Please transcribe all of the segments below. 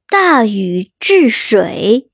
大禹治水。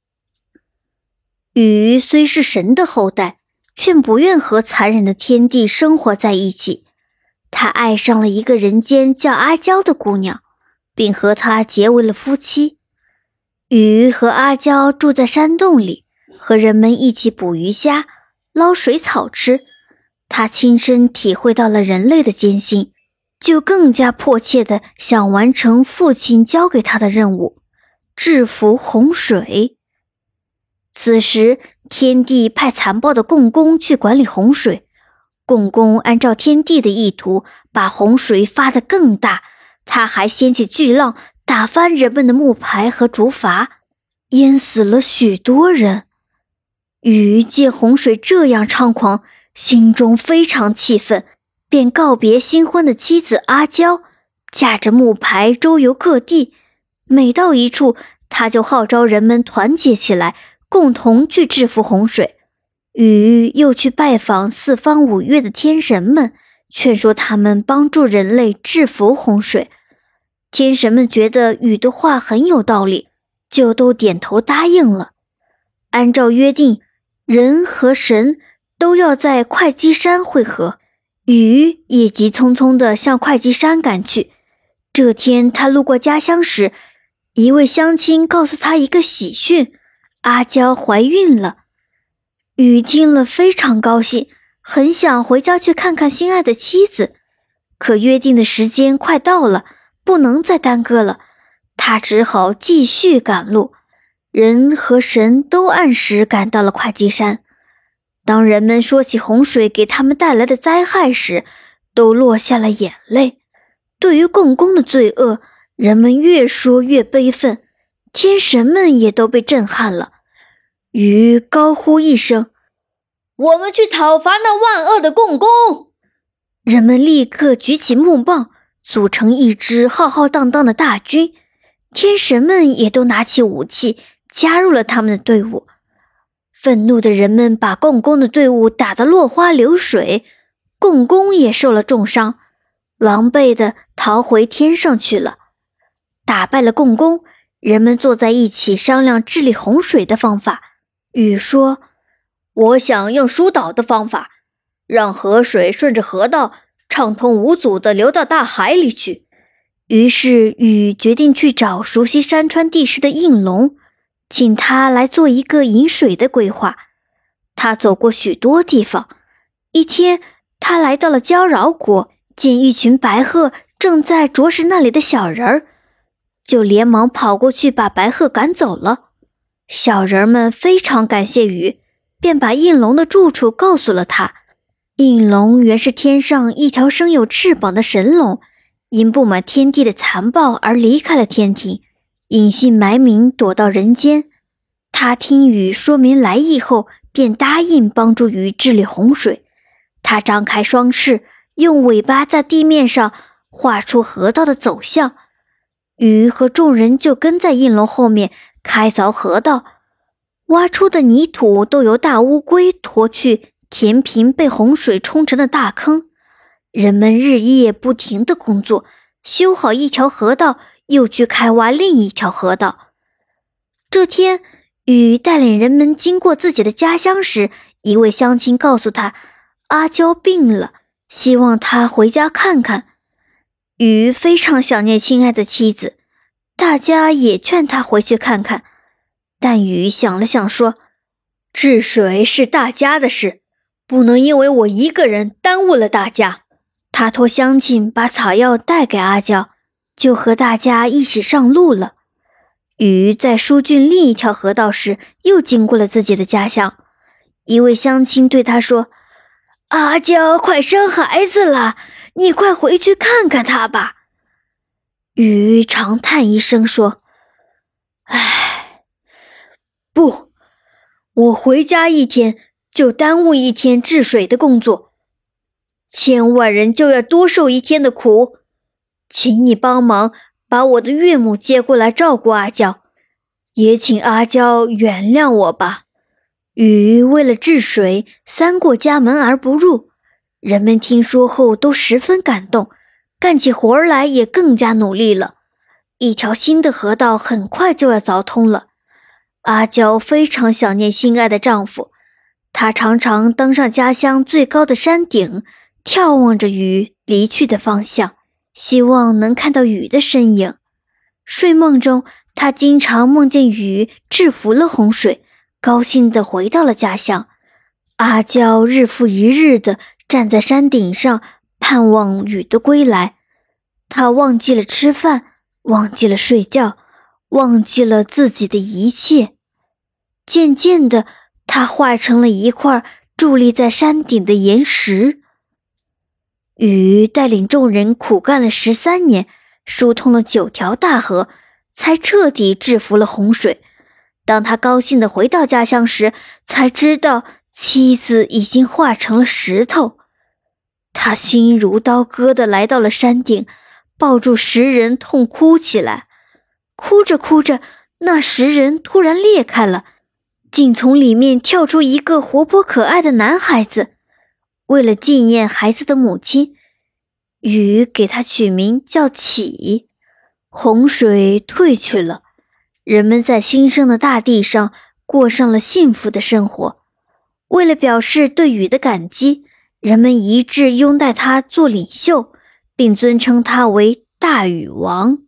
禹虽是神的后代，却不愿和残忍的天帝生活在一起。他爱上了一个人间叫阿娇的姑娘，并和她结为了夫妻。禹和阿娇住在山洞里，和人们一起捕鱼虾，捞水草吃。他亲身体会到了人类的艰辛，就更加迫切地想完成父亲交给他的任务，制服洪水。此时天帝派残暴的共工去管理洪水，共工按照天帝的意图，把洪水发得更大，他还掀起巨浪，打翻人们的木牌和竹筏，淹死了许多人。禹见洪水这样猖狂，心中非常气愤，便告别新婚的妻子阿娇，驾着木牌周游各地。每到一处，他就号召人们团结起来，共同去制服洪水。禹又去拜访四方五岳的天神们，劝说他们帮助人类制服洪水。天神们觉得禹的话很有道理，就都点头答应了。按照约定，人和神都要在会稽山会合，禹也急匆匆地向会稽山赶去。这天他路过家乡时，一位乡亲告诉他一个喜讯，阿娇怀孕了。禹听了非常高兴，很想回家去看看心爱的妻子，可约定的时间快到了，不能再耽搁了，他只好继续赶路。人和神都按时赶到了会稽山。当人们说起洪水给他们带来的灾害时，都落下了眼泪。对于共工的罪恶，人们越说越悲愤，天神们也都被震撼了。禹高呼一声：“我们去讨伐那万恶的共工！”人们立刻举起木棒，组成一支浩浩荡荡的大军。天神们也都拿起武器，加入了他们的队伍。愤怒的人们把共工的队伍打得落花流水，共工也受了重伤，狼狈地逃回天上去了。打败了共工，人们坐在一起商量治理洪水的方法。禹说：“我想用疏导的方法，让河水顺着河道畅通无阻地流到大海里去。”于是禹决定去找熟悉山川地势的应龙，请他来做一个引水的规划。他走过许多地方，一天他来到了交饶国，见一群白鹤正在啄食那里的小人儿，就连忙跑过去把白鹤赶走了。小人们非常感谢禹，便把应龙的住处告诉了他。应龙原是天上一条生有翅膀的神龙，因不满天帝的残暴而离开了天庭，隐姓埋名躲到人间。他听禹说明来意后，便答应帮助禹治理洪水。他张开双翅，用尾巴在地面上画出河道的走向。禹和众人就跟在应龙后面开凿河道，挖出的泥土都由大乌龟驮去填平被洪水冲成的大坑。人们日夜不停地工作，修好一条河道，又去开挖另一条河道。这天，禹带领人们经过自己的家乡时，一位乡亲告诉他，阿娇病了，希望他回家看看。禹非常想念亲爱的妻子，大家也劝他回去看看。但禹想了想说，治水是大家的事，不能因为我一个人耽误了大家。他托乡亲把草药带给阿娇，就和大家一起上路了。禹在疏浚另一条河道时，又经过了自己的家乡。一位乡亲对他说，阿娇快生孩子了，你快回去看看她吧。禹长叹一声说，唉，不，我回家一天就耽误一天治水的工作，千万人就要多受一天的苦，请你帮忙把我的岳母接过来照顾阿娇，也请阿娇原谅我吧。禹为了治水，三过家门而不入，人们听说后都十分感动，干起活来也更加努力了。 一条新的河道很快就要凿通了。阿娇非常想念心爱的丈夫，她常常登上家乡最高的山顶，眺望着雨离去的方向，希望能看到雨的身影。睡梦中，她经常梦见雨制服了洪水，高兴地回到了家乡。阿娇日复一日地站在山顶上，盼望雨的归来。她忘记了吃饭，忘记了睡觉，忘记了自己的一切。渐渐的，她化成了一块伫立在山顶的岩石。禹带领众人苦干了13年，疏通了9条大河，才彻底制服了洪水。当他高兴地回到家乡时，才知道妻子已经化成了石头。他心如刀割地来到了山顶，抱住石人痛哭起来。哭着哭着，那石人突然裂开了，竟从里面跳出一个活泼可爱的男孩子。为了纪念孩子的母亲，禹给他取名叫启。洪水退去了，人们在新生的大地上过上了幸福的生活。为了表示对禹的感激，人们一致拥戴他做领袖，并尊称他为大禹王。